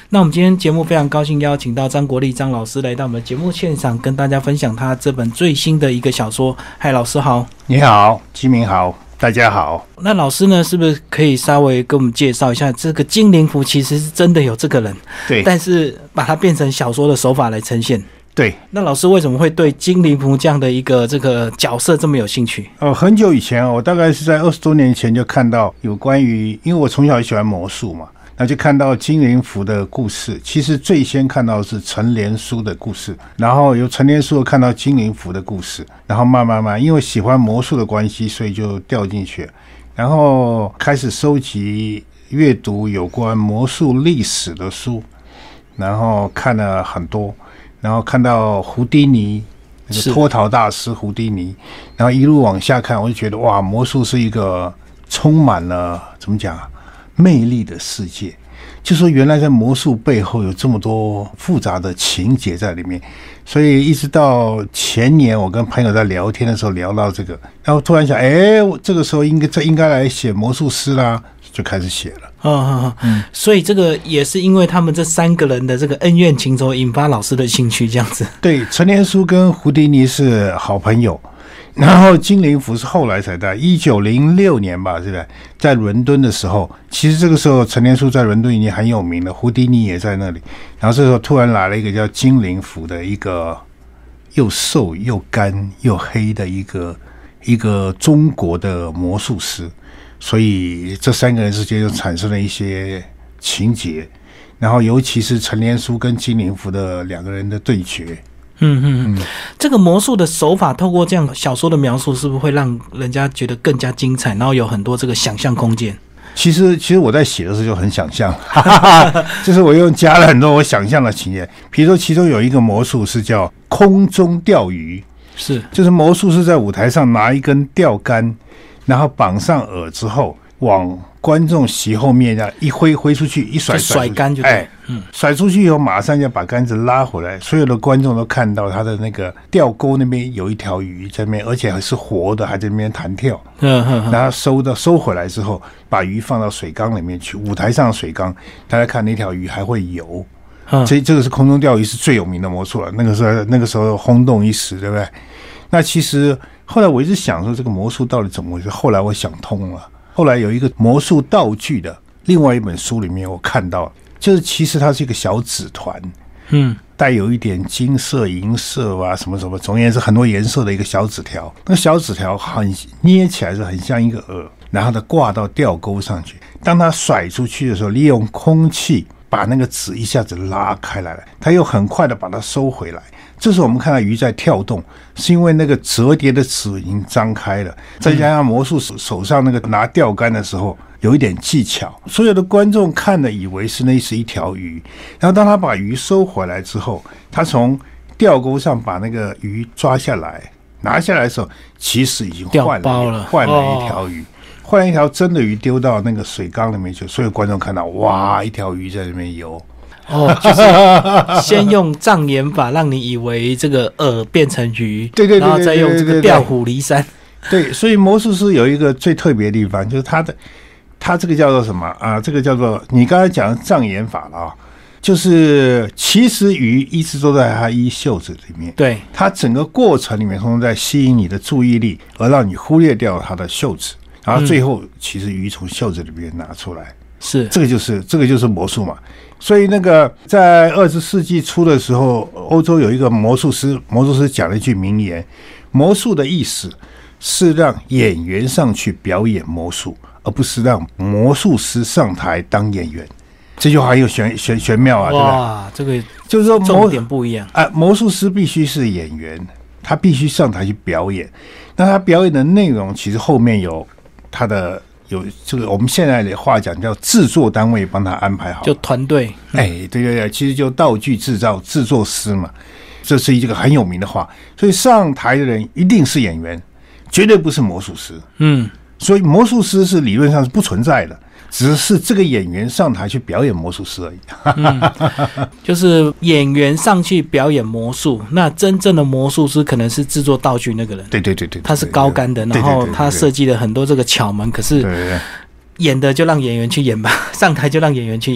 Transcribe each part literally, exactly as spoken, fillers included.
那我们今天节目非常高兴邀请到张国立张老师来到我们的节目现场，跟大家分享他这本最新的一个小说。嗨，老师好。 你好，基民好，大家好。 那老师呢，是不是可以稍微跟我们介绍一下，这个精灵符其实是真的有这个人， 对， 但是把它变成小说的手法来呈现。 对， 那老师为什么会对精灵符这样的一个这个角色这么有兴趣？ 呃，很久以前，我大概是在二十多年前就看到有关于，因为我从小也喜欢魔术嘛，那就看到精灵符的故事。其实最先看到的是陈连书的故事，然后由陈连书看到精灵符的故事，然后慢慢慢，因为喜欢魔术的关系，所以就掉进去，然后开始收集阅读有关魔术历史的书，然后看了很多。然后看到胡迪尼那个脱逃大师胡迪尼，然后一路往下看，我就觉得哇，魔术是一个充满了怎么讲啊魅力的世界。就说原来在魔术背后有这么多复杂的情节在里面，所以一直到前年我跟朋友在聊天的时候聊到这个，然后突然想，哎，这个时候应该这应该来写魔术师啦，就开始写了。 嗯嗯嗯，所以这个也是因为他们这三个人的这个恩怨情仇，引发老师的兴趣，这样子。 对，陈连书跟胡迪尼是好朋友，然后精灵符是后来才在一九零六年吧，是吧？在伦敦的时候，其实这个时候陈连书在伦敦已经很有名了，胡迪尼也在那里。然后这时候突然来了一个叫精灵符的一个又瘦又干又黑的一个一个中国的魔术师。所以这三个人之间就产生了一些情节，然后尤其是陈连书跟精灵符的两个人的对决。 嗯嗯嗯，这个魔术的手法透过这样小说的描述，是不是会让人家觉得更加精彩，然后有很多这个想象空间？ 其实其实我在写的时候就很想象，就是我又加了很多我想象的情节。比如说其中有一个魔术是叫空中钓鱼， 是就是魔术是在舞台上拿一根钓竿，然后绑上饵之后，往观众席后面这样一挥挥出去，一甩甩甩竿就对， 哎，嗯，甩出去以后，马上就把竿子拉回来，所有的观众都看到他的那个钓钩那边有一条鱼在那边，而且还是活的，还在那边弹跳。嗯嗯，然后收到收回来之后，把鱼放到水缸里面去，舞台上的水缸，大家看那条鱼还会游。嗯，这这个是空中钓鱼是最有名的魔术了，那个时候那个时候轰动一时，对不对？那其实。后来我一直想说这个魔术到底怎么回事，后来我想通了。后来有一个魔术道具的另外一本书里面我看到，就是其实它是一个小纸团，嗯，带有一点金色银色啊什么什么，总而言之很多颜色的一个小纸条。那个小纸条很捏起来是很像一个饵，然后它挂到钓钩上去，当它甩出去的时候，利用空气把那个纸一下子拉开来了，它又很快的把它收回来。这时候我们看到鱼在跳动，是因为那个折叠的纸已经张开了，再加上魔术手上那个拿钓竿的时候有一点技巧，所有的观众看了以为是那是一条鱼，然后当他把鱼收回来之后，他从钓钩上把那个鱼抓下来，拿下来的时候，其实已经换了换了一条鱼。换了一条真的鱼丢到那个水缸里面去，所有观众看到哇，一条鱼在那边游。 哦，就是先用障眼法让你以为这个饵变成鱼， 对对对， 然后再用这个调虎离山。 对，所以魔术师有一个最特别的地方，就是他的他这个叫做什么啊？这个叫做你刚才讲的障眼法了啊，就是其实鱼一直都在他衣袖子里面， 对， 他整个过程里面通通在吸引你的注意力，而让你忽略掉他的袖子，然后最后其实鱼从袖子里面拿出来。 是， 这个就是这个就是魔术嘛。所以那个在二十世纪初的时候，欧洲有一个魔术师，魔术师讲了一句名言：魔术的意思是让演员上去表演魔术，而不是让魔术师上台当演员。这句话很有玄玄玄妙啊，对吧？哇， 这个就是说重点不一样啊。魔术师必须是演员，他必须上台去表演。那他表演的内容其实后面有他的。有这个我们现在的话讲叫制作单位帮他安排好， 就团队。 哎，对对对，其实就道具制造制作师嘛，这是一个很有名的话。所以上台的人一定是演员，绝对不是魔术师。嗯，所以魔术师是理论上是不存在的，只是这个演员上台去表演魔术师而已。 嗯，就是演员上去表演魔术，那真正的魔术师可能是制作道具那个人。 对对对 对, 对， 他是高竿的，然后他设计了很多这个巧门，可是演的就让演员去演吧，上台就让演员去演。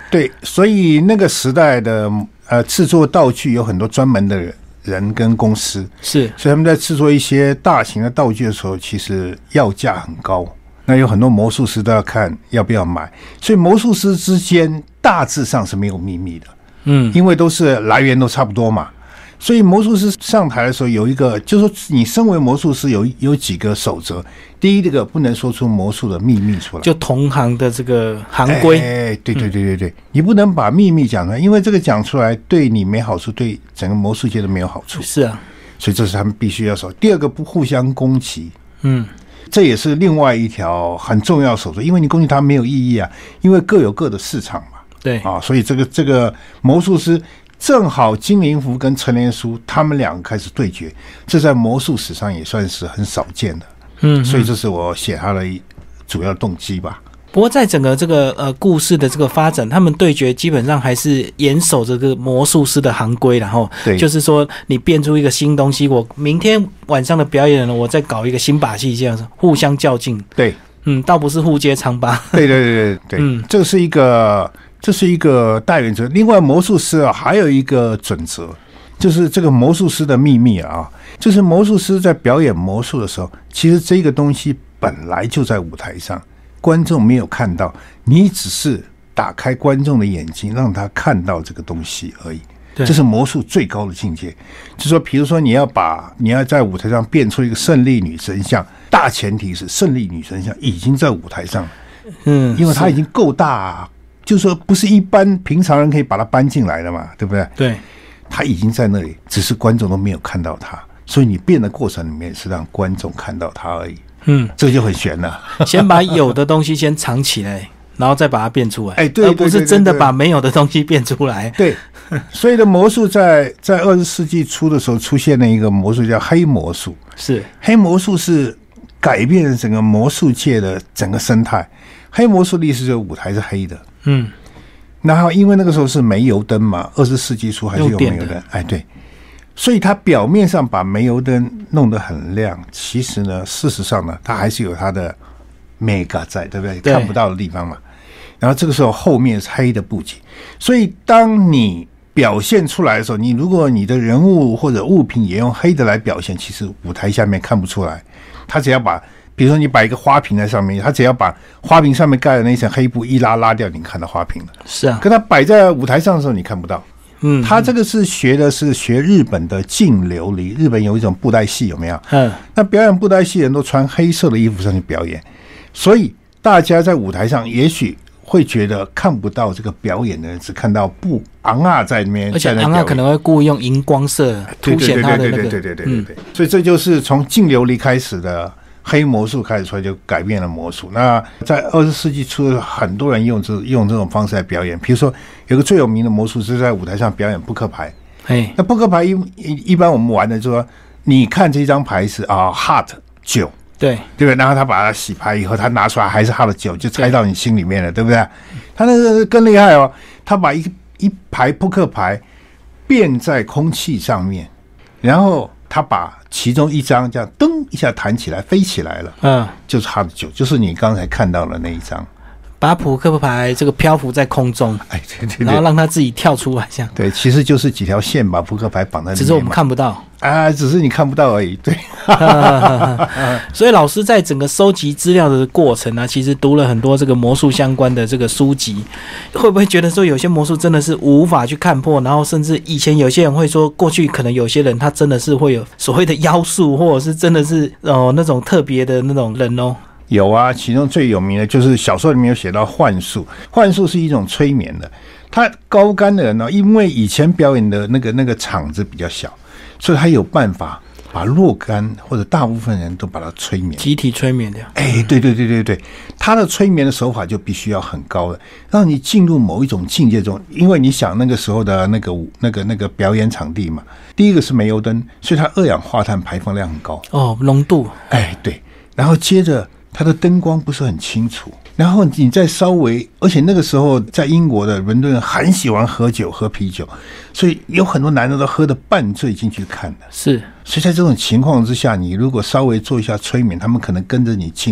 对，所以那个时代的呃制作道具有很多专门的人跟公司， 是， 所以他们在制作一些大型的道具的时候，其实要价很高。那有很多魔术师都要看要不要买，所以魔术师之间大致上是没有秘密的，嗯，因为都是来源都差不多嘛。所以魔术师上台的时候有一个，就是说你身为魔术师有有几个守则。第一，这个不能说出魔术的秘密出来， 就同行的这个行规。 哎，对对对对对，嗯、你不能把秘密讲出来，因为这个讲出来对你没好处，对整个魔术界都没有好处。 是啊，所以这是他们必须要守。第二个，不互相攻击。嗯，这也是另外一条很重要的守则，因为你攻击他没有意义啊，因为各有各的市场嘛。 对啊，所以这个这个魔术师。正好精灵符跟陈连书他们两个开始对决，这在魔术史上也算是很少见的。嗯，所以这是我写他的主要动机吧。 不过在整个这个呃故事的这个发展，他们对决基本上还是严守这个魔术师的行规，然后就是说你变出一个新东西，我明天晚上的表演呢，我再搞一个新把戏，这样子互相较劲。 对， 嗯，倒不是互揭疮疤。 对对对对对，嗯，这是一个。这是一个大原则。另外，魔术师啊，还有一个准则，就是这个魔术师的秘密啊，就是魔术师在表演魔术的时候，其实这个东西本来就在舞台上，观众没有看到，你只是打开观众的眼睛，让他看到这个东西而已。这是魔术最高的境界。就是说，比如说你要把你要在舞台上变出一个胜利女神像，大前提是胜利女神像已经在舞台上了，嗯，因为它已经够大啊。就是说，不是一般平常人可以把它搬进来的嘛，对不对？ 对， 他已经在那里，只是观众都没有看到他，所以你变的过程里面是让观众看到他而已。嗯，这就很悬了。 先把有的东西先藏起来，然后再把它变出来， 哎，对， 而不是真的把没有的东西变出来。 对，所以的魔术在在二十世纪初的时候出现了一个魔术叫黑魔术， 是黑魔术是改变了整个魔术界的整个生态。黑魔术的意思就是舞台是黑的。嗯，然后因为那个时候是煤油灯嘛，二十世纪初还是有煤油灯，哎，对，所以它表面上把煤油灯弄得很亮，其实呢，事实上呢，它还是有它的 mega 在，对不对？看不到的地方嘛。然后这个时候后面是黑的布景，所以当你表现出来的时候，你如果你的人物或者物品也用黑的来表现，其实舞台下面看不出来，他只要把。比如说你摆一个花瓶在上面，他只要把花瓶上面盖的那一层黑布一拉拉掉，你看到花瓶了。 是啊， 可他摆在舞台上的时候你看不到。嗯，他这个是学的是学日本的净琉璃，日本有一种布袋戏，有没有？嗯，那表演布袋戏人都穿黑色的衣服上去表演，所以大家在舞台上也许会觉得看不到这个表演的人，只看到布昂啊在那边， 而且昂啊可能会故意用荧光色凸显他的那个。对对对对对对对对。 所以这就是从净琉璃开始的。黑魔术开始出来就改变了魔术。那在二十世纪初，很多人用这用这种方式来表演。比如说，有个最有名的魔术是在舞台上表演扑克牌。嘿，那扑克牌一一般我们玩的就是说，你看这张牌是啊 heart 九， 对对不对？然后他把它洗牌以后，他拿出来还是 heart 九，就猜到你心里面了，对不对？他那个更厉害哦，他把一一排扑克牌变在空气上面，然后。他把其中一张这样噔一下弹起来飞起来了，嗯，就是他的酒，就是你刚才看到的那一张， 把扑克牌这个漂浮在空中，哎，对 对, 对，然后让它自己跳出来，这样， 对，其实就是几条线把扑克牌绑在里面， 只是我们看不到啊，只是你看不到而已，对。 所以老师在整个收集资料的过程呢、啊，其实读了很多这个魔术相关的这个书籍，会不会觉得说有些魔术真的是无法去看破？然后甚至以前有些人会说，过去可能有些人他真的是会有所谓的妖术，或者是真的是哦那种特别的那种人哦。 有啊，其中最有名的就是小说里面有写到幻术，幻术是一种催眠的。他高竿的人呢，因为以前表演的那个那个场子比较小，所以他有办法把若干或者大部分人都把他催眠， 集体催眠的。 哎，对对对对对，他的催眠的手法就必须要很高的，让你进入某一种境界中。因为你想那个时候的那个那个那个表演场地嘛，第一个是煤油灯，所以它二氧化碳排放量很高哦，浓度。 哎，对，然后接着它的灯光不是很清楚。然后你再稍微，而且那个时候在英国的伦敦人很喜欢喝酒喝啤酒，所以有很多男的都喝得半醉进去看的。 是， 所以在这种情况之下，你如果稍微做一下催眠，他们可能跟着你进入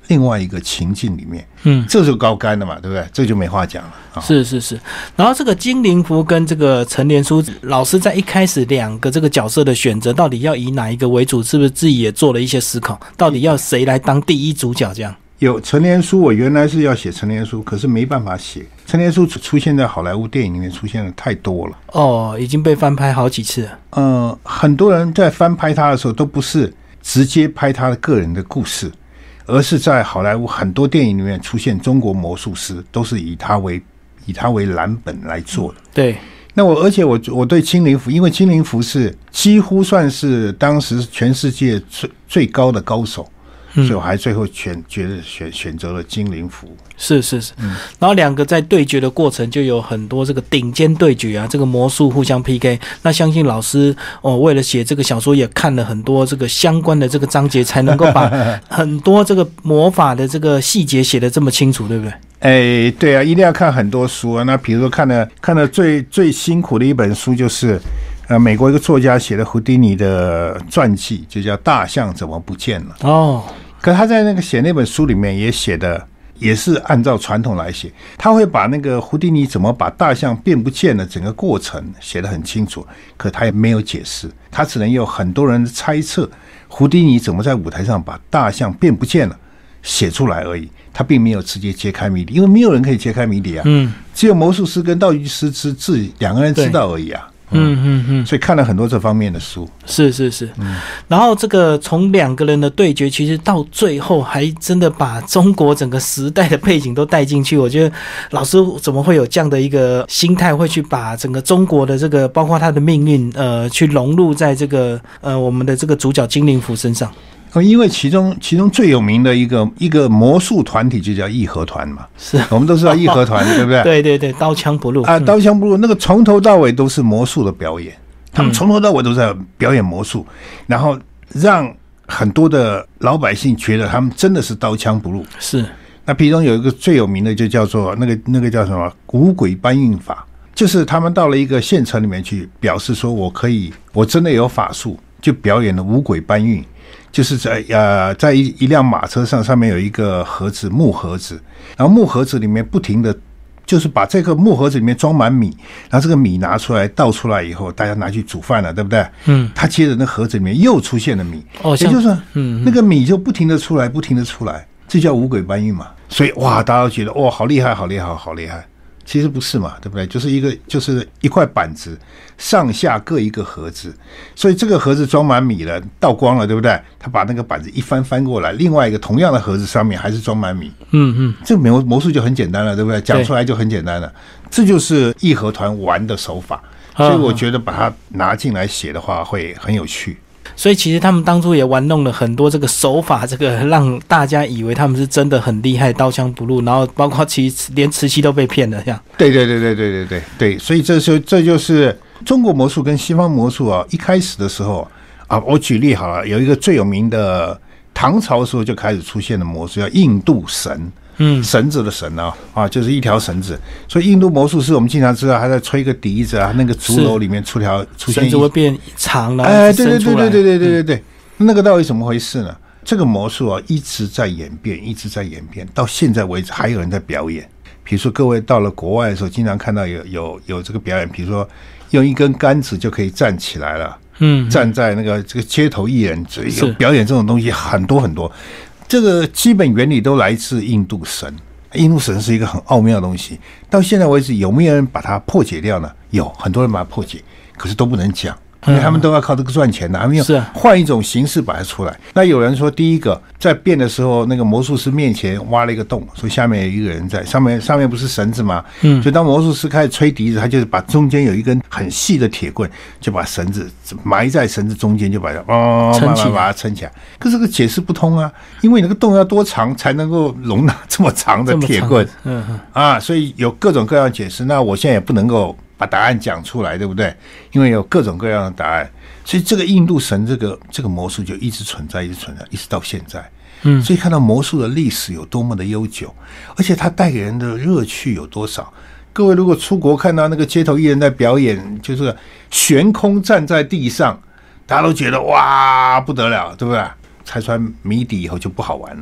另外一个情境里面，嗯，这就高竿了嘛，对不对？这就没话讲了。哦、 是是是。然后这个金灵符跟这个陈连书老师在一开始两个这个角色的选择，到底要以哪一个为主？是不是自己也做了一些思考？到底要谁来当第一主角？这样有陈连书，我原来是要写陈连书，可是没办法写。陈连书出现在好莱坞电影里面出现的太多了， 哦，已经被翻拍好几次了。 呃，很多人在翻拍他的时候，都不是直接拍他的个人的故事。而是在好莱坞很多电影里面出现中国魔术师，都是以他为以他为蓝本来做的。 对， 那我而且我我对金灵符，因为金灵符是几乎算是当时全世界最最高的高手，嗯、所以我还最后选觉得选选择了金灵符。 是是是，嗯，然后两个在对决的过程就有很多这个顶尖对决啊，这个魔术互相 P K。那相信老师哦，为了写这个小说也看了很多这个相关的这个章节，才能够把很多这个魔法的这个细节写得这么清楚，对不对？ 哎，对啊，一定要看很多书啊。那比如说看了看了最最辛苦的一本书就是呃美国一个作家写的胡迪尼的传记，就叫《大象怎么不见了》哦。可他在那个写那本书里面也写的。也是按照传统来写，他会把那个胡迪尼怎么把大象变不见的整个过程写得很清楚，可他也没有解释，他只能有很多人的猜测胡迪尼怎么在舞台上把大象变不见了写出来而已，他并没有直接揭开谜底，因为没有人可以揭开谜底啊，嗯，只有魔术师跟道具师之自己两个人知道而已啊。嗯嗯嗯，所以看了很多这方面的书， 是是是，嗯，然后这个从两个人的对决，其实到最后还真的把中国整个时代的背景都带进去。我觉得老师怎么会有这样的一个心态，会去把整个中国的这个，包括他的命运，呃，去融入在这个呃我们的这个主角金灵符身上。 因为其中其中最有名的一个一个魔术团体就叫义和团嘛， 是我们都知道义和团，对不对？ 对对对，刀枪不入啊，刀枪不入，那个从头到尾都是魔术的表演，他们从头到尾都在表演魔术，然后让很多的老百姓觉得他们真的是刀枪不入。 是， 那其中有一个最有名的就叫做那个那个叫什么五鬼搬运法，就是他们到了一个县城里面去，表示说我可以，我真的有法术，就表演了五鬼搬运。就是在呃，在一一辆马车上，上面有一个盒子，木盒子，然后木盒子里面不停的，就是把这个木盒子里面装满米，然后这个米拿出来倒出来以后，大家拿去煮饭了，对不对？嗯。他接着那盒子里面又出现了米，哦，也就是说，嗯，那个米就不停的出来，不停的出来，这叫五鬼搬运嘛。所以哇，大家都觉得哇，好厉害，好厉害，好厉害。其实不是嘛，对不对？就是一个就是一块板子，上下各一个盒子，所以这个盒子装满米了，倒光了，对不对？他把那个板子一翻翻过来，另外一个同样的盒子上面还是装满米。嗯嗯，这魔魔术就很简单了，对不对？讲出来就很简单了，这就是义和团玩的手法。所以我觉得把它拿进来写的话，会很有趣。 所以其实他们当初也玩弄了很多这个手法，这个让大家以为他们是真的很厉害，刀枪不入，然后包括其实连慈禧都被骗了这样。 对对对对对对对对，所以这就这就是中国魔术跟西方魔术啊，一开始的时候啊，我举例好了，有一个最有名的，唐朝的时候就开始出现的魔术叫印度神。嗯，绳子的绳啊，啊，就是一条绳子。所以印度魔术师我们经常知道，他在吹个笛子啊，那个竹篓里面出条出现， 绳子会变长了。 哎，对对对对对对对对对，嗯、那个到底怎么回事呢？这个魔术啊，一直在演变，一直在演变，到现在为止还有人在表演。比如说，各位到了国外的时候，经常看到有有有这个表演，比如说用一根杆子就可以站起来了，嗯，站在那个这个街头艺人有表演这种东西很多很多。这个基本原理都来自印度神，印度神是一个很奥妙的东西。到现在为止，有没有人把它破解掉呢？有很多人把它破解，可是都不能讲，因为他们都要靠这个赚钱的，还没有换一种形式把它出来。那有人说，第一个在变的时候，那个魔术师面前挖了一个洞，所以下面有一个人在上面，上面不是绳子吗？嗯，所以当魔术师开始吹笛子，他就是把中间有一根很细的铁棍，就把绳子埋在绳子中间，就把它哦慢慢把它撑起来。可是这个解释不通啊，因为那个洞要多长才能够容纳这么长的铁棍？嗯嗯啊，所以有各种各样的解释。那我现在也不能够把答案讲出来，对不对？因为有各种各样的答案，所以这个印度神这个这个魔术就一直存在，一直存在，一直到现在。嗯，所以看到魔术的历史有多么的悠久，而且它带给人的乐趣有多少。各位如果出国看到那个街头艺人在表演，就是悬空站在地上，大家都觉得哇不得了，对不对？拆穿谜底以后就不好玩了。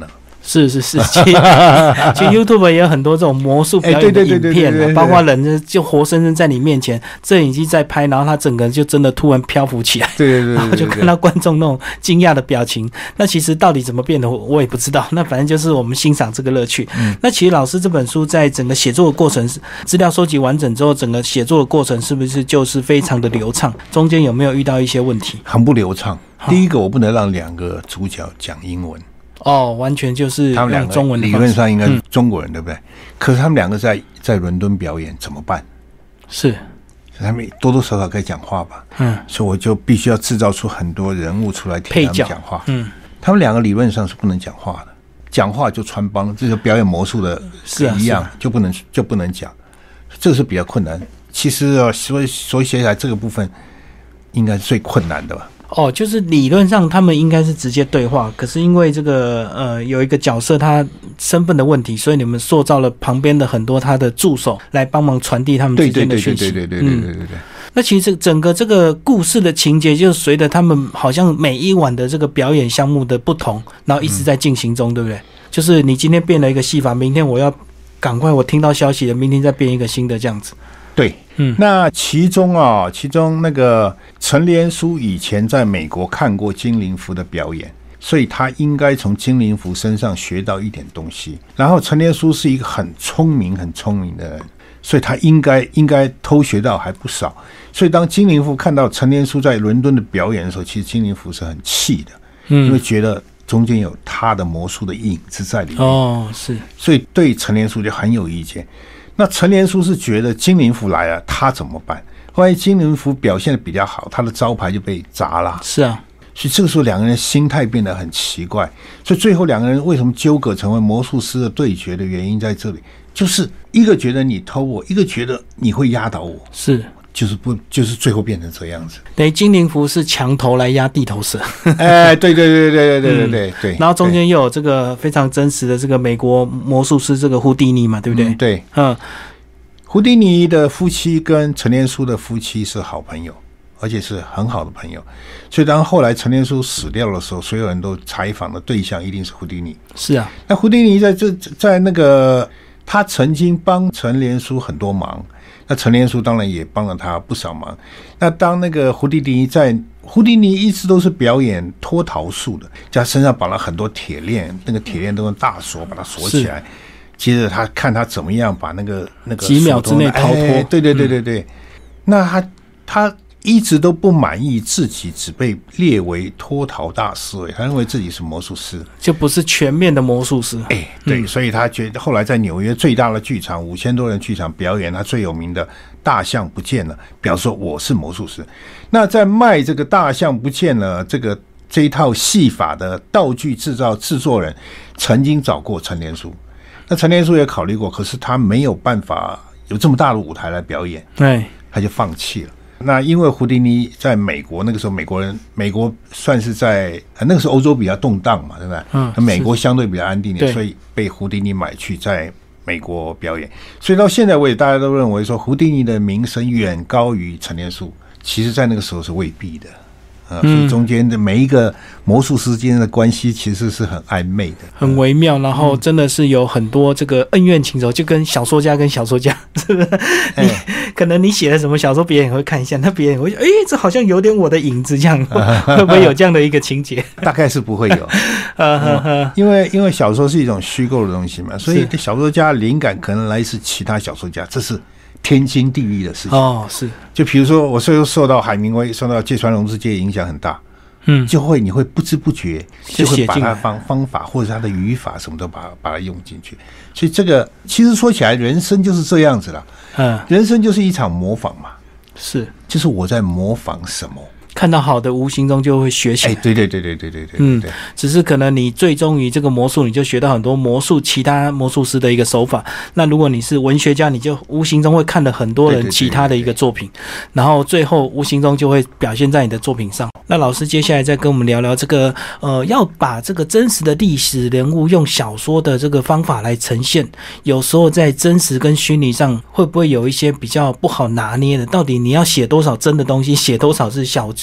是是是，其实其实 YouTube 也有很多这种魔术表演的影片啊，包括人就活生生在你面前，摄影机在拍，然后他整个人就真的突然漂浮起来， 对对 对, 对, 对, 对, 对， 然后就看到观众那种惊讶的表情。那其实到底怎么变的，我也不知道。那反正就是我们欣赏这个乐趣。嗯、那其实老师这本书在整个写作的过程，资料收集完整之后，整个写作的过程是不是就是非常的流畅？中间有没有遇到一些问题？ 很不流畅。第一个，我不能让两个主角讲英文。 哦，完全就是用中文的方式。 理论上应该是中国人，嗯、对不对？可是他们两个在在伦敦表演怎么办？ 是， 他们多多少少可以讲话吧？嗯，所以我就必须要制造出很多人物出来听他们讲话。嗯，他们两个理论上是不能讲话的，讲话就穿帮了，这个表演魔术的一样，啊啊、就不能就不能讲，这个是比较困难。其实啊，所以所以写起来这个部分应该是最困难的吧。 哦，就是理论上他们应该是直接对话，可是因为这个呃有一个角色他身份的问题，所以你们塑造了旁边的很多他的助手来帮忙传递他们之间的讯息。 对对对对对对对对对对。 那其实整个这个故事的情节，就随着他们好像每一晚的这个表演项目的不同，然后一直在进行中，嗯、对不对？就是你今天变了一个戏法，明天我要赶快我听到消息了，明天再变一个新的这样子。 对，嗯，那其中啊，其中那个陈连书以前在美国看过金灵符的表演，所以他应该从金灵符身上学到一点东西。然后陈连书是一个很聪明、很聪明的人，所以他应该应该偷学到还不少。所以当金灵符看到陈连书在伦敦的表演的时候，其实金灵符是很气的，嗯，因为觉得中间有他的魔术的影子在里面。哦，是，所以对陈连书就很有意见。那陈连书是觉得金灵符来了，他怎么办？后来金灵符表现的比较好，他的招牌就被砸了。 是啊， 所以这个时候两个人心态变得很奇怪。所以最后两个人为什么纠葛成为魔术师的对决的原因在这里，就是一个觉得你偷我，一个觉得你会压倒我。 是。 就是不，就是最后变成这样子。 等于金灵符是墙头来压地头蛇。 哎，对对对对对对对对对。 然后中间又有这个非常真实的这个美国魔术师这个胡迪尼嘛，对不对？ 嗯、对，嗯，胡迪尼的夫妻跟陈连书的夫妻是好朋友，而且是很好的朋友。所以当后来陈连书死掉的时候，所有人都采访的对象一定是胡迪尼。 是啊， 那胡迪尼在这在那个他曾经帮陈连书很多忙。那陈连书当然也帮了他不少忙。那当那个胡迪尼在胡迪尼一直都是表演脱逃术的，在身上绑了很多铁链，那个铁链都用大锁把它锁起来。接着他看他怎么样把那个那个几秒之内逃脱。 哎、对对对对对。嗯、那他他一直都不满意自己只被列为脱逃大师，他认为自己是魔术师， 就不是全面的魔术师。 哎，对，嗯、所以他觉得后来在纽约最大的剧场五千多人剧场表演，他最有名的大象不见了，表示说我是魔术师。那在卖这个大象不见了这个这一套戏法的道具制造制作人，曾经找过陈连书，那陈连书也考虑过，可是他没有办法有这么大的舞台来表演，对，他就放弃了。那因为胡迪尼在美国那个时候，美国人美国算是在、呃、那个时候欧洲比较动荡嘛，对吧？嗯，美国相对比较安定点，所以被胡迪尼买去在美国表演。所以到现在为止，大家都认为说胡迪尼的名声远高于陈连书，其实在那个时候是未必的。呃、所以中间的每一个魔术师之间的关系其实是很暧昧的， 很微妙，然后真的是有很多这个恩怨情仇，就跟小说家跟小说家，是不是？你、欸、可能你写了什么小说，别人也会看一下，那别人也会觉得，哎、欸，这好像有点我的影子，这样会不会有这样的一个情节？ 大概是不会有，嗯、因为因为小说是一种虚构的东西嘛，所以小说家灵感可能来自其他小说家，这是天经地义的事情哦，是。就比如说，我受受到海明威、受到芥川龙之介影响很大，嗯，就会你会不知不觉就会把它方方法或者它的语法什么都把它把它用进去。所以这个其实说起来，人生就是这样子了，嗯，人生就是一场模仿嘛， 是， 就是我在模仿什么。 看到好的，无形中就会学起来。 哎，对对对对对对对， 嗯，只是可能你最终于这个魔术，你就学到很多魔术其他魔术师的一个手法。那如果你是文学家，你就无形中会看了很多人其他的一个作品，然后最后无形中就会表现在你的作品上。那老师接下来再跟我们聊聊这个，呃，要把这个真实的历史人物用小说的这个方法来呈现，有时候在真实跟虚拟上会不会有一些比较不好拿捏的？到底你要写多少真的东西，写多少是小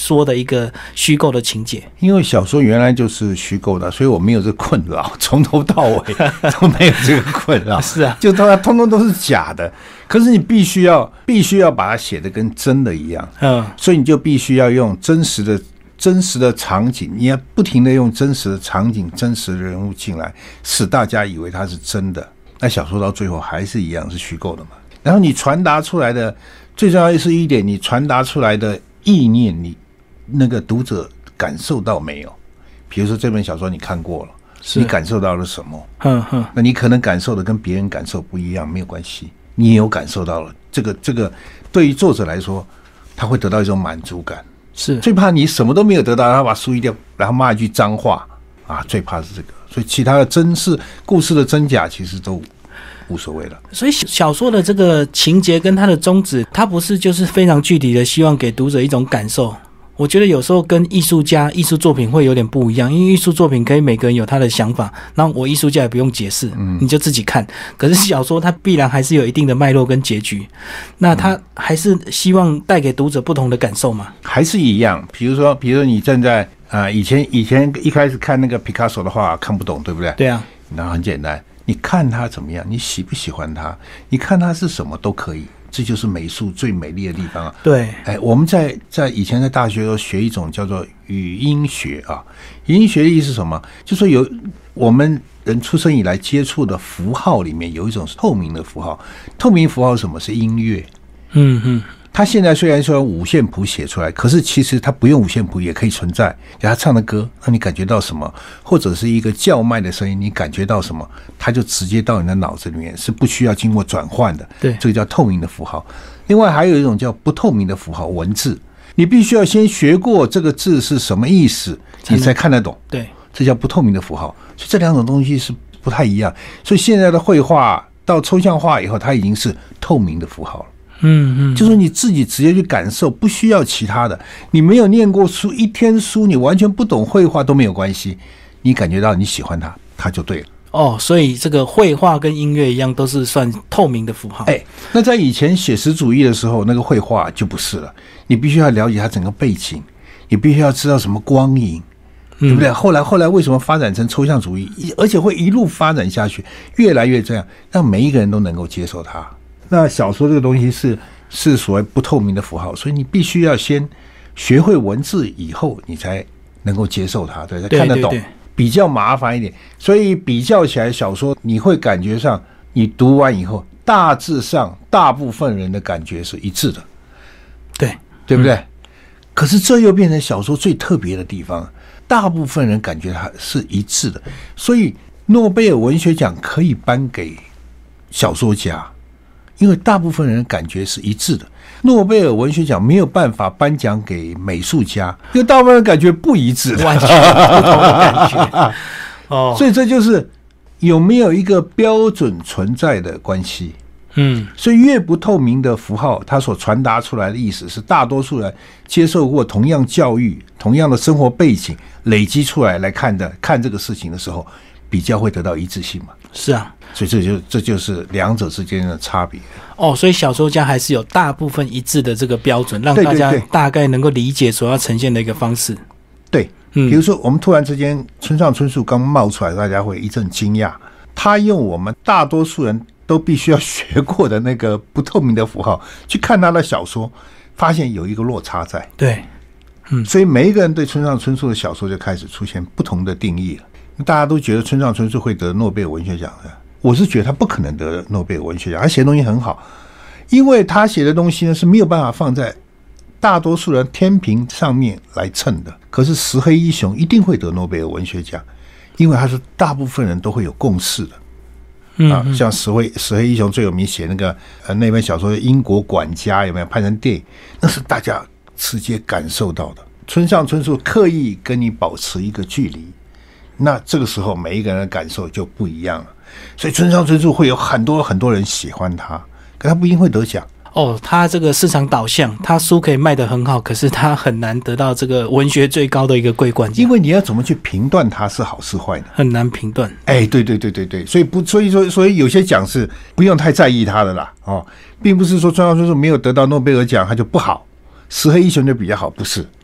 说的一个虚构的情节？ 因为小说原来就是虚构的，所以我没有这个困扰，从头到尾都没有这个困扰。 是啊， 就它通通都是假的，可是你必须要必须要把它写得跟真的一样，嗯，所以你就必须要用真实的真实的场景，你要不停的用真实的场景、真实的人物进来，使大家以为它是真的。那小说到最后还是一样是虚构的嘛？然后你传达出来的最重要的是一点，你传达出来的意念，你那个读者感受到没有？比如说这本小说你看过了，你感受到了什么？嗯嗯，那你可能感受的跟别人感受不一样，没有关系，你也有感受到了。这个这个对于作者来说，他会得到一种满足感。 是最怕你什么都没有得到，然后把书一掉，然后骂一句脏话啊，最怕是这个。所以其他的真是故事的真假，其实都无所谓了。 所以小说的这个情节跟它的宗旨，它不是就是非常具体的希望给读者一种感受。我觉得有时候跟艺术家艺术作品会有点不一样，因为艺术作品可以每个人有他的想法，那我艺术家也不用解释，嗯，你就自己看。可是小说它必然还是有一定的脉络跟结局，那它还是希望带给读者不同的感受嘛？ 还是一样，比如说，比如说你站在啊、呃，以前以前一开始看那个皮卡索的画看不懂，对不对？ 对啊， 然后很简单，你看他怎么样，你喜不喜欢他，你看他是什么都可以。这就是美术最美丽的地方啊！ 对， 哎，我们在在以前在大学都学一种叫做语音学啊。语音学的意思是什么？就说有我们人出生以来接触的符号里面有一种是透明的符号。透明符号是什么？是音乐。嗯嗯。他现在虽然说五线谱写出来，可是其实他不用五线谱也可以存在。他唱的歌让你感觉到什么，或者是一个叫卖的声音，你感觉到什么，他就直接到你的脑子里面，是不需要经过转换的。 对， 这个叫透明的符号。另外还有一种叫不透明的符号，文字，你必须要先学过这个字是什么意思，你才看得懂。 对， 这叫不透明的符号。所以这两种东西是不太一样。所以现在的绘画到抽象化以后，它已经是透明的符号了。嗯嗯，就是你自己直接去感受，不需要其他的。你没有念过书，一天书你完全不懂绘画都没有关系，你感觉到你喜欢它，它就对了。 哦，所以这个绘画跟音乐一样，都是算透明的符号。 哎，那在以前写实主义的时候，那个绘画就不是了，你必须要了解它整个背景，你必须要知道什么光影，对不对？嗯、后来后来为什么发展成抽象主义，而且会一路发展下去，越来越这样，让每一个人都能够接受它。那小说这个东西是是所谓不透明的符号，所以你必须要先学会文字以后，你才能够接受它，对，才看得懂。对对对，比较麻烦一点，所以比较起来，小说你会感觉上，你读完以后，大致上大部分人的感觉是一致的， 对， 对不对？嗯、可是这又变成小说最特别的地方，大部分人感觉它是一致的，所以诺贝尔文学奖可以颁给小说家。因为大部分人感觉是一致的，诺贝尔文学奖没有办法颁奖给美术家，因为大部分人感觉不一致， 完全不同的感觉。 哦，所以这就是有没有一个标准存在的关系。嗯，所以越不透明的符号，它所传达出来的意思是大多数人接受过同样教育、同样的生活背景累积出来来看的，看这个事情的时候，比较会得到一致性嘛。 是啊， 所以这就这就是两者之间的差别。 哦，所以小说家还是有大部分一致的这个标准，让大家大概能够理解所要呈现的一个方式。 对，嗯，比如说我们突然之间村上春树刚冒出来，大家会一阵惊讶，他用我们大多数人都必须要学过的那个不透明的符号去看他的小说，发现有一个落差在。 对， 嗯，所以每一个人对村上春树的小说就开始出现不同的定义了。大家都觉得村上春树会得诺贝尔文学奖的，我是觉得他不可能得诺贝尔文学奖。他写的东西很好，因为他写的东西呢是没有办法放在大多数人天平上面来称的。可是石黑一雄一定会得诺贝尔文学奖，因为他是大部分人都会有共识的。嗯嗯啊，像石黑石黑一雄最有名写那个呃那本小说《英国管家》，有没有拍成电影？那是大家直接感受到的。村上春树刻意跟你保持一个距离。那这个时候每一个人的感受就不一样了，所以村上春树会有很多很多人喜欢他，可他不一定会得奖。 哦，他这个市场导向，他书可以卖得很好，可是他很难得到这个文学最高的一个桂冠奖， 因为你要怎么去评断他是好是坏呢？ 很难评断。 哎，对对对对对，所以不，所以说，所以有些奖是不用太在意他的啦，哦，并不是说村上春树没有得到诺贝尔奖他就不好，石黑一雄就比较好，不是。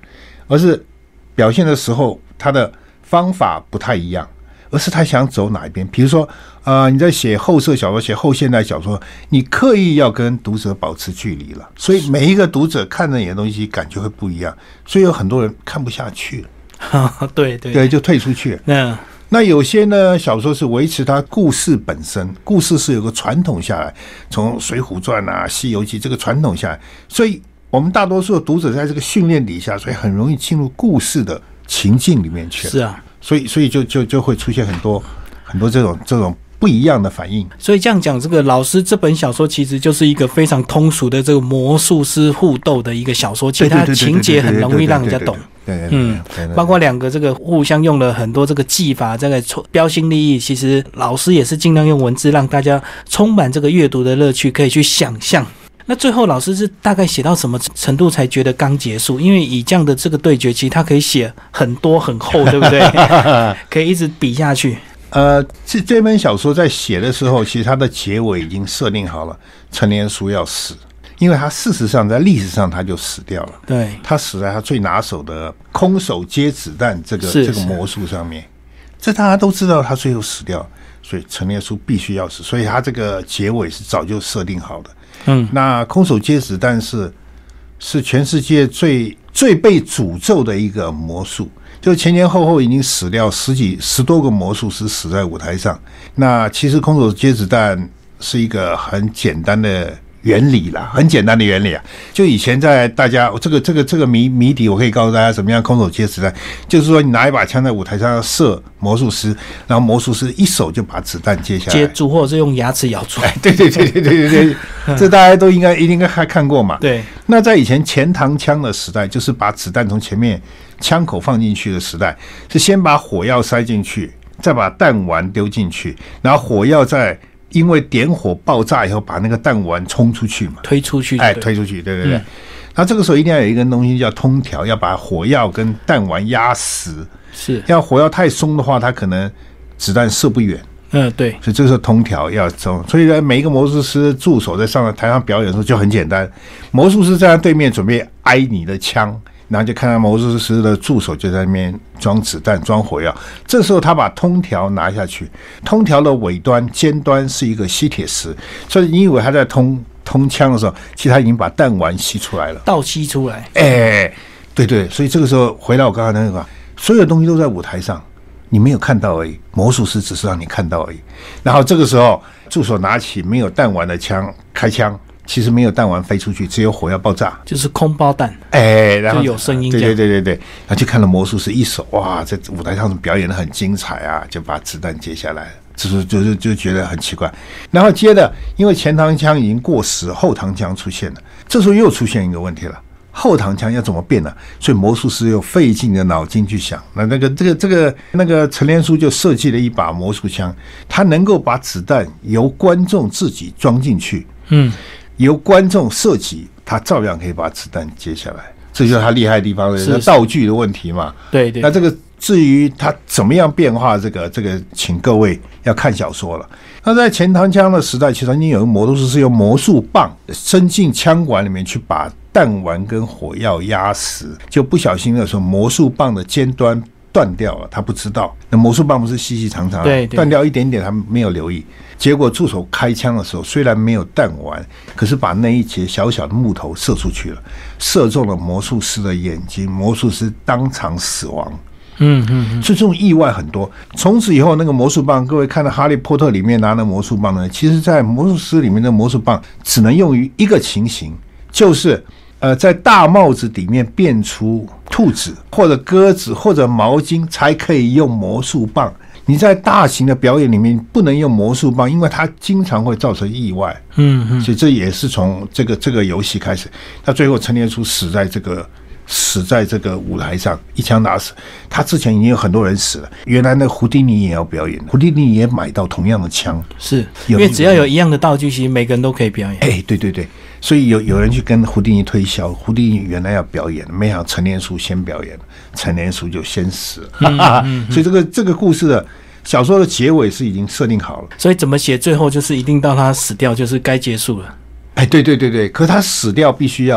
而是表现的时候他的方法不太一样，而是他想走哪一边。比如说呃，你在写后设小说写后现代小说，你刻意要跟读者保持距离了，所以每一个读者看着你的东西感觉会不一样，所以有很多人看不下去了对对对，就退出去了。 嗯， 那有些呢小说是维持它故事本身，故事是有个传统下来，从水浒传啊西游记这个传统下来，所以我们大多数的读者在这个训练底下，所以很容易进入故事的情境里面去。 是啊， 所以所以就就就会出现很多很多这种这种不一样的反应。 所以这样讲，这个老师这本小说其实就是一个非常通俗的这个魔术师互斗的一个小说，其实它情节很容易让人家懂。嗯，包括两个这个互相用了很多这个技法，这个标新立异。其实老师也是尽量用文字让大家充满这个阅读的乐趣，可以去想象。那最后老师是大概写到什么程度才觉得刚结束？因为以这样的这个对决，其实他可以写很多很厚，对不对？可以一直比下去。 呃，这这本小说在写的时候，其实它的结尾已经设定好了，陈连书要死，因为他事实上在历史上他就死掉了。 对， 他死在他最拿手的空手接子弹这个这个魔术上面，这大家都知道他最后死掉，所以陈连书必须要死，所以他这个结尾是早就设定好的。嗯，那空手接子弹是是全世界最最被诅咒的一个魔术。就前前后后已经死掉十几十多个魔术师死在舞台上。那其实空手接子弹是一个很简单的原理啦，很简单的原理啊。就以前在大家这个这个这个谜谜底，我可以告诉大家怎么样空手接子弹，就是说你拿一把枪在舞台上射魔术师，然后魔术师一手就把子弹接下来， 接住，或者是用牙齿咬住。 哎，对对对对对对对，这大家都应该一定应该看过嘛。 对。 那在以前前膛枪的时代，就是把子弹从前面枪口放进去的时代，是先把火药塞进去，再把弹丸丢进去，然后火药再因为点火爆炸以后把那个弹丸冲出去嘛， 推出去， 哎，推出去，对对对。那、嗯、这个时候一定要有一根东西叫通条，要把火药跟弹丸压实。 是， 要火药太松的话，它可能子弹射不远。 嗯，对。 所以这个时候通条要走，所以呢，每一个魔术师助手在上台上表演的时候就很简单，魔术师在他对面准备挨你的枪。然后就看到魔术师的助手就在那边装子弹装火药，这时候他把通条拿下去，通条的尾端尖端是一个吸铁石，所以你以为他在通通枪的时候，其实他已经把弹丸吸出来了， 倒吸出来。 哎，对对，所以这个时候回到我刚才那个，所有东西都在舞台上，你没有看到而已，魔术师只是让你看到而已。然后这个时候助手拿起没有弹丸的枪开枪，其实没有弹丸飞出去，只有火药爆炸， 就是空包弹。 哎，然后就有声音。 对对对对对，然后就看到魔术师一手，哇，在舞台上表演得很精彩啊，就把子弹接下来，就是就是就觉得很奇怪。然后接着，因为前膛枪已经过时，后膛枪出现了，这时候又出现一个问题了。后膛枪要怎么变呢？所以魔术师又费尽了脑筋去想。那那个这个这个那个陈连书就设计了一把魔术枪，他能够把子弹由观众自己装进去，嗯，由观众射击，他照样可以把子弹接下来。这就是他厉害的地方的道具的问题嘛。 对对。 那这个至于他怎么样变化，这个这个，请各位要看小说了。那在前膛枪的时代，其实曾经有个魔术师是用魔术棒伸进枪管里面去把弹丸跟火药压实，就不小心的时候，魔术棒的尖端断掉了，他不知道。那魔术棒不是细细长长， 对对， 断掉一点点，他没有留意。结果助手开枪的时候，虽然没有弹丸，可是把那一节小小的木头射出去了，射中了魔术师的眼睛，魔术师当场死亡。嗯嗯嗯，所以这种意外很多。从此以后，那个魔术棒，各位看到《哈利波特》里面拿的魔术棒呢，其实在魔术师里面的魔术棒只能用于一个情形，就是呃，在大帽子里面变出兔子或者鸽子或者毛巾才可以用魔术棒。你在大型的表演里面不能用魔术棒，因为它经常会造成意外。嗯嗯，所以这也是从这个这个游戏开始。他最后陈连书死在这个死在这个舞台上，一枪打死。他之前已经有很多人死了，原来那个胡迪尼也要表演，胡迪尼也买到同样的枪， 是因为只要有一样的道具，其实每个人都可以表演。 哎，对对对，所以有有人去跟胡迪尼推销，胡迪尼原来要表演，没想到陈连书先表演，陈连书就先死了。嗯嗯嗯，所以这个这个故事的小说的结尾是已经设定好了， 所以怎么写，最后就是一定到他死掉，就是该结束了。 哎，对对对对，可是他死掉必须要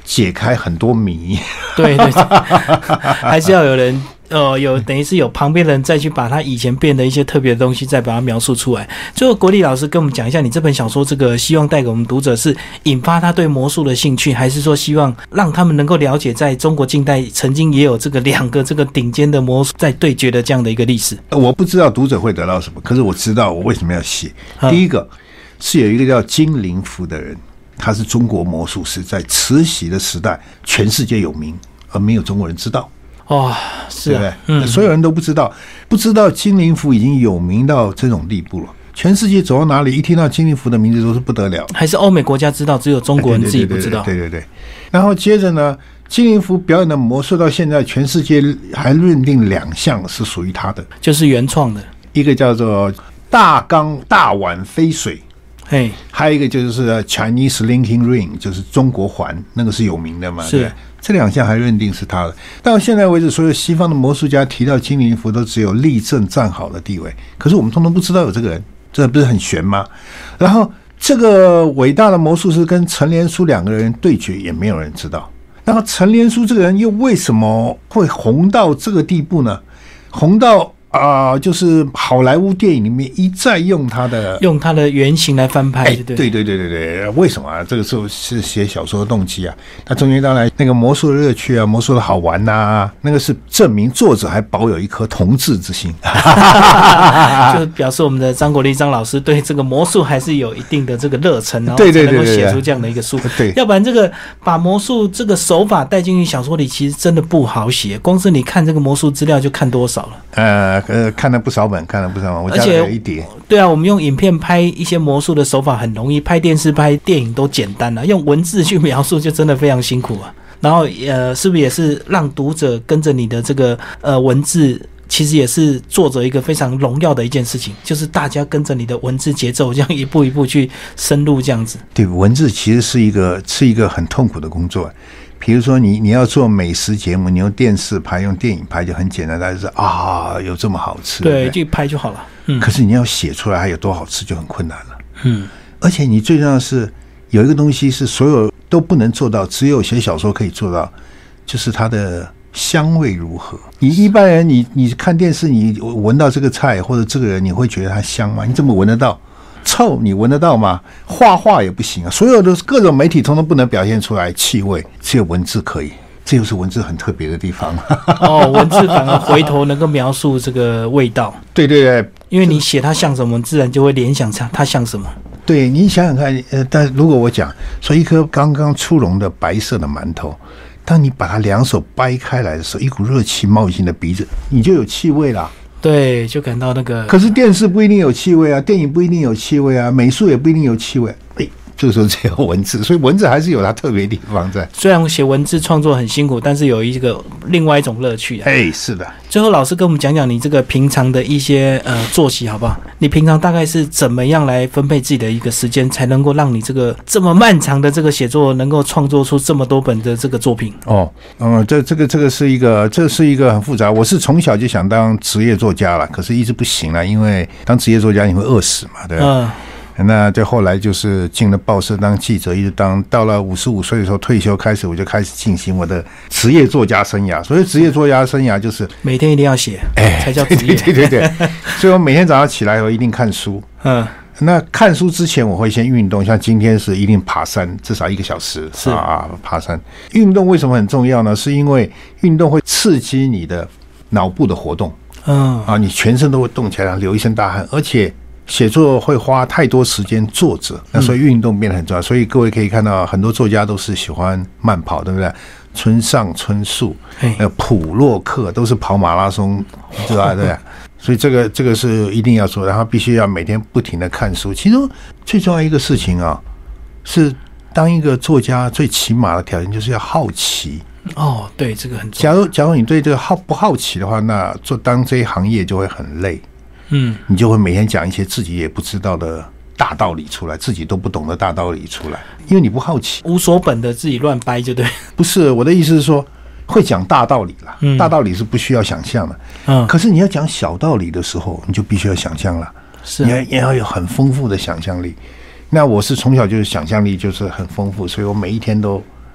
解开很多谜。 对对对，还是要有人。呃，有等于是有旁边的人再去把他以前变的一些特别的东西再把它描述出来。最后国立老师跟我们讲一下，你这本小说这个希望带给我们读者是引发他对魔术的兴趣，还是说希望让他们能够了解在中国近代曾经也有这个两个这个顶尖的魔术在对决的这样的一个历史？ 我不知道读者会得到什么，可是我知道我为什么要写。第一个是有一个叫金灵符的人，他是中国魔术师，在慈禧的时代全世界有名，而没有中国人知道。 哇、哦，是啊， 对不对？嗯，所有人都不知道，不知道金灵符已经有名到这种地步了。全世界走到哪里，一听到金灵符的名字都是不得了。 还是欧美国家知道，只有中国人自己不知道。 对对 对, 对, 对, 对, 对。然后接着呢，金灵符表演的魔术到现在，全世界还认定两项是属于他的， 就是原创的， 一个叫做大缸大碗飞水。 嘿， 还有一个就是 Chinese Linking Ring， 就是中国环，那个是有名的嘛？ 是。 对，这两项还认定是他的。到现在为止，所有西方的魔术家提到金灵符，都只有立正站好的地位。可是我们通通不知道有这个人，这不是很悬吗？然后这个伟大的魔术师跟陈连书两个人对决，也没有人知道。然后陈连书这个人又为什么会红到这个地步呢？红到啊、呃，就是好莱坞电影里面一再用他的用他的原型来翻拍，对、 欸、对对对对对，为什么啊？这个时候是写小说的动机啊。那中间当然那个魔术的乐趣啊，魔术的好玩呐、啊，那个是证明作者还保有一颗同志之心， 就表示我们的张国立张老师对这个魔术还是有一定的这个热忱，然后才能够写出这样的一个书。 对， 要不然这个把魔术这个手法带进去小说里，其实真的不好写。光是你看这个魔术资料就看多少了。 呃呃，看了不少本，看了不少本，我加了一叠。 对啊，我们用影片拍一些魔术的手法很容易，拍电视、拍电影都简单了、啊，用文字去描述就真的非常辛苦啊。然后呃，是不是也是让读者跟着你的这个呃文字？其实也是做着一个非常荣耀的一件事情，就是大家跟着你的文字节奏，这样一步一步去深入这样子。 对，文字其实是一个是一个很痛苦的工作。比如说你你要做美食节目，你用电视拍、用电影拍就很简单，大家说啊有这么好吃， 对，对就拍就好了。嗯。 可是你要写出来还有多好吃就很困难了。 嗯。 而且你最重要的是有一个东西是所有都不能做到，只有写小说可以做到，就是它的香味如何？你一般人你你看电视，你闻到这个菜或者这个人，你会觉得它香吗？你怎么闻得到？臭你闻得到吗？画画也不行啊，所有的各种媒体通通不能表现出来气味，只有文字可以。这就是文字很特别的地方。 哦，文字反而回头能够描述这个味道。 对对对， 因为你写它像什么，自然就会联想它像什么。 对，你想想看，呃，但如果我讲说一颗刚刚出笼的白色的馒头，当你把它两手掰开来的时候，一股热气冒进你的鼻子，你就有气味啦。 对，就感到那个。 可是电视不一定有气味啊，电影不一定有气味啊，美术也不一定有气味。哎，这个时候只有文字，所以文字还是有它特别的地方在。 虽然写文字创作很辛苦，但是有一个另外一种乐趣、啊。 哎，是的。 最后，老师跟我们讲讲你这个平常的一些呃作息好不好？你平常大概是怎么样来分配自己的一个时间，才能够让你这个这么漫长的这个写作能够创作出这么多本的这个作品？ 哦，嗯，这这个这个是一个，这是一个很复杂。我是从小就想当职业作家了，可是一直不行了，因为当职业作家你会饿死嘛，对吧？嗯。那再后来就是进了报社当记者，一直当到了五十五岁的时候退休开始，我就开始进行我的职业作家生涯。所以职业作家生涯就是每天一定要写， 哎， 才叫职业。 对对对对，所以我每天早上起来我一定看书。嗯，那看书之前我会先运动，像今天是一定爬山，至少一个小时是啊，爬山。运动为什么很重要呢？是因为运动会刺激你的脑部的活动。嗯啊，你全身都会动起来，流一身大汗，而且写作会花太多时间坐着，那所以运动变得很重要。所以各位可以看到，很多作家都是喜欢慢跑，对不对？村上春树、呃普洛克都是跑马拉松，对吧？对。所以这个这个是一定要做，然后必须要每天不停的看书。其中最重要一个事情啊，是当一个作家最起码的条件就是要好奇。 哦，对，这个很重要。 假如假如你对这个好不好奇的话，那做当这一行业就会很累。嗯，你就会每天讲一些自己也不知道的大道理出来，自己都不懂的大道理出来，因为你不好奇， 无所本的自己乱掰就对。 不是，我的意思是说，会讲大道理啦，嗯、大道理是不需要想象的。嗯，可是你要讲小道理的时候，你就必须要想象了，是、啊，你要也要有很丰富的想象力。那我是从小就是想象力就是很丰富，所以我每一天都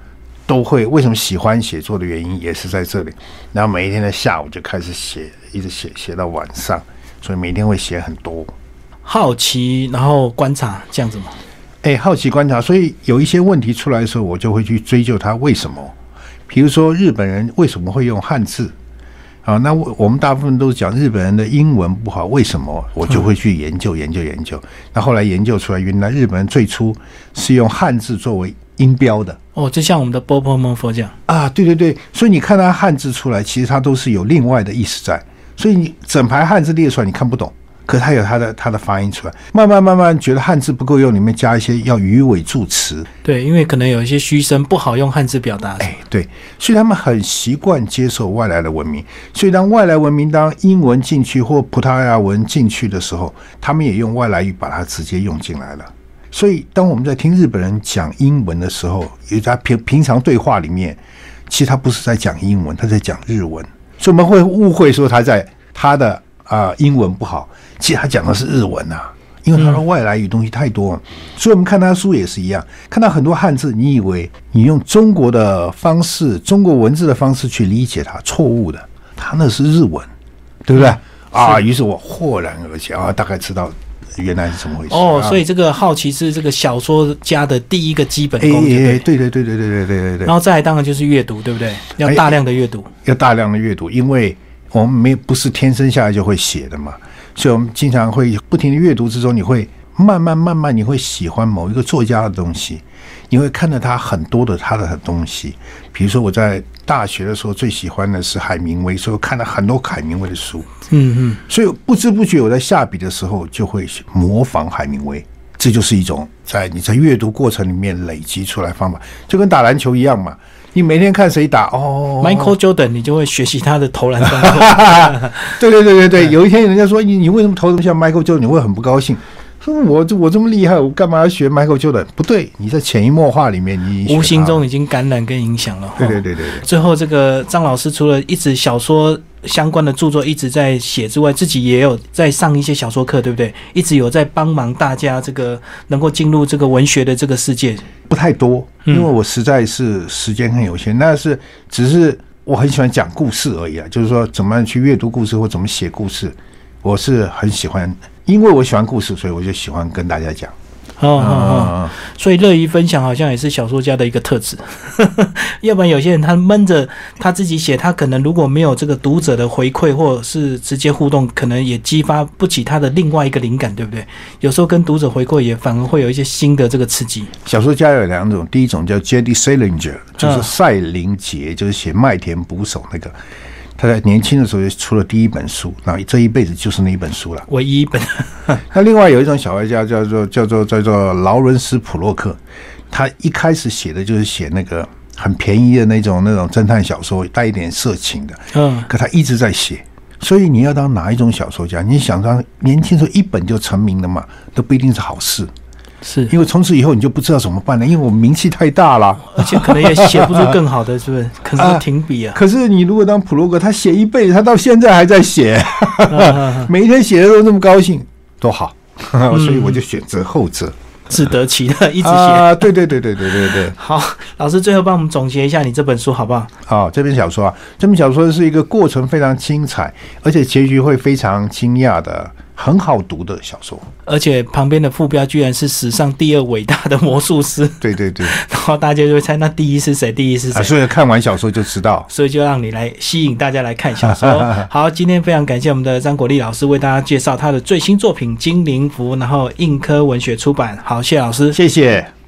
都会为什么喜欢写作的原因也是在这里。然后每一天的下午就开始写，一直写写到晚上，所以每天会写很多。 好奇，然后观察这样子吗？ 哎，好奇观察，所以有一些问题出来的时候，我就会去追究它为什么。比如说日本人为什么会用汉字？啊，那我们大部分都是讲日本人的英文不好，为什么？我就会去研究研究研究。那后来研究出来，原来日本人最初是用汉字作为音标的。 哦，就像我们的 Bopomofo 这样啊，对对对，所以你看它汉字出来，其实它都是有另外的意思在。所以你整排汉字列出来，你看不懂，可是它有它的它的发音出来。慢慢慢慢觉得汉字不够用，里面加一些要语尾助词。 对，因为可能有一些虚声不好用汉字表达。 哎，对，所以他们很习惯接受外来的文明。所以当外来文明当英文进去或葡萄牙文进去的时候，他们也用外来语把它直接用进来了。所以当我们在听日本人讲英文的时候，有他平平常对话里面，其实他不是在讲英文，他在讲日文。所以我们会误会说他在他的啊、呃、英文不好，其实他讲的是日文啊，因为他的外来语东西太多了。所以我们看他的书也是一样，看到很多汉字，你以为你用中国的方式、中国文字的方式去理解它，错误的，他那是日文，对不对？啊，于是我豁然而解啊，大概知道原来是怎么回事哦，所以这个好奇是这个小说家的第一个基本功，对对对对对对对对对对。 然后再来当然就是阅读，对不对？要大量的阅读， 要大量的阅读，因为我们没不是天生下来就会写的嘛，所以我们经常会不停的阅读之中，你会慢慢慢慢你会喜欢某一个作家的东西，你会看到他很多的他的东西。比如说我在大学的时候最喜欢的是海明威，所以我看了很多海明威的书。嗯嗯，所以不知不觉我在下笔的时候就会模仿海明威，这就是一种在你在阅读过程里面累积出来方法，就跟打篮球一样嘛。你每天看谁打哦 ，Michael Jordan， 你就会学习他的投篮动作。 对对对对对，有一天人家说你你为什么投这么像 Michael Jordan， 你会很不高兴。说我我这么厉害，我干嘛要学 Michael Jordan？ 不对，你在潜移默化里面，你无形中已经感染跟影响了。 对对对对对。 最后，这个张老师除了一直小说相关的著作一直在写之外，自己也有在上一些小说课，对不对？一直有在帮忙大家这个能够进入这个文学的这个世界。 不太多，因为我实在是时间很有限，那是只是我很喜欢讲故事而已啊，就是说怎么样去阅读故事或怎么写故事，我是很喜欢。因为我喜欢故事，所以我就喜欢跟大家讲。 哦哦哦，所以乐于分享好像也是小说家的一个特质。要不然有些人他闷着他自己写，他可能如果没有这个读者的回馈或者是直接互动，可能也激发不起他的另外一个灵感，对不对？有时候跟读者回馈也反而会有一些新的这个刺激。 小说家有两种，第一种叫 J D Salinger， 就是赛林杰，就是写《麦田捕手》那个。他在年轻的时候就出了第一本书，然后这一辈子就是那一本书了， 唯一一本。 那另外有一种小说家叫做叫做叫做劳伦斯·普洛克，他一开始写的就是写那个很便宜的那种那种侦探小说，带一点色情的。嗯，可他一直在写。所以你要当哪一种小说家？你想当年轻时候一本就成名的嘛，都不一定是好事。 是因为从此以后你就不知道怎么办了，因为我名气太大了， 而且可能也写不出更好的，是不是？可是停笔啊、呃！ 可是你如果当普洛克，他写一辈子，他到现在还在写，每一天写的都这么高兴，多好，所以我就选择后者。 自得其乐，一直写啊、呃！对对对对对对对。 好，老师最后帮我们总结一下你这本书好不好？ 好，这本小说啊，这本小说是一个过程非常精彩，而且结局会非常惊讶的。很好读的小说， 而且旁边的副标居然是史上第二伟大的魔术师。 对对对， 然后大家就会猜那第一是谁？第一是谁、啊？ 所以看完小说就知道， 所以就让你来吸引大家来看小说。好，今天非常感谢我们的张国立老师为大家介绍他的最新作品《精灵符》，然后印科文学出版。好，谢谢老师， 谢谢。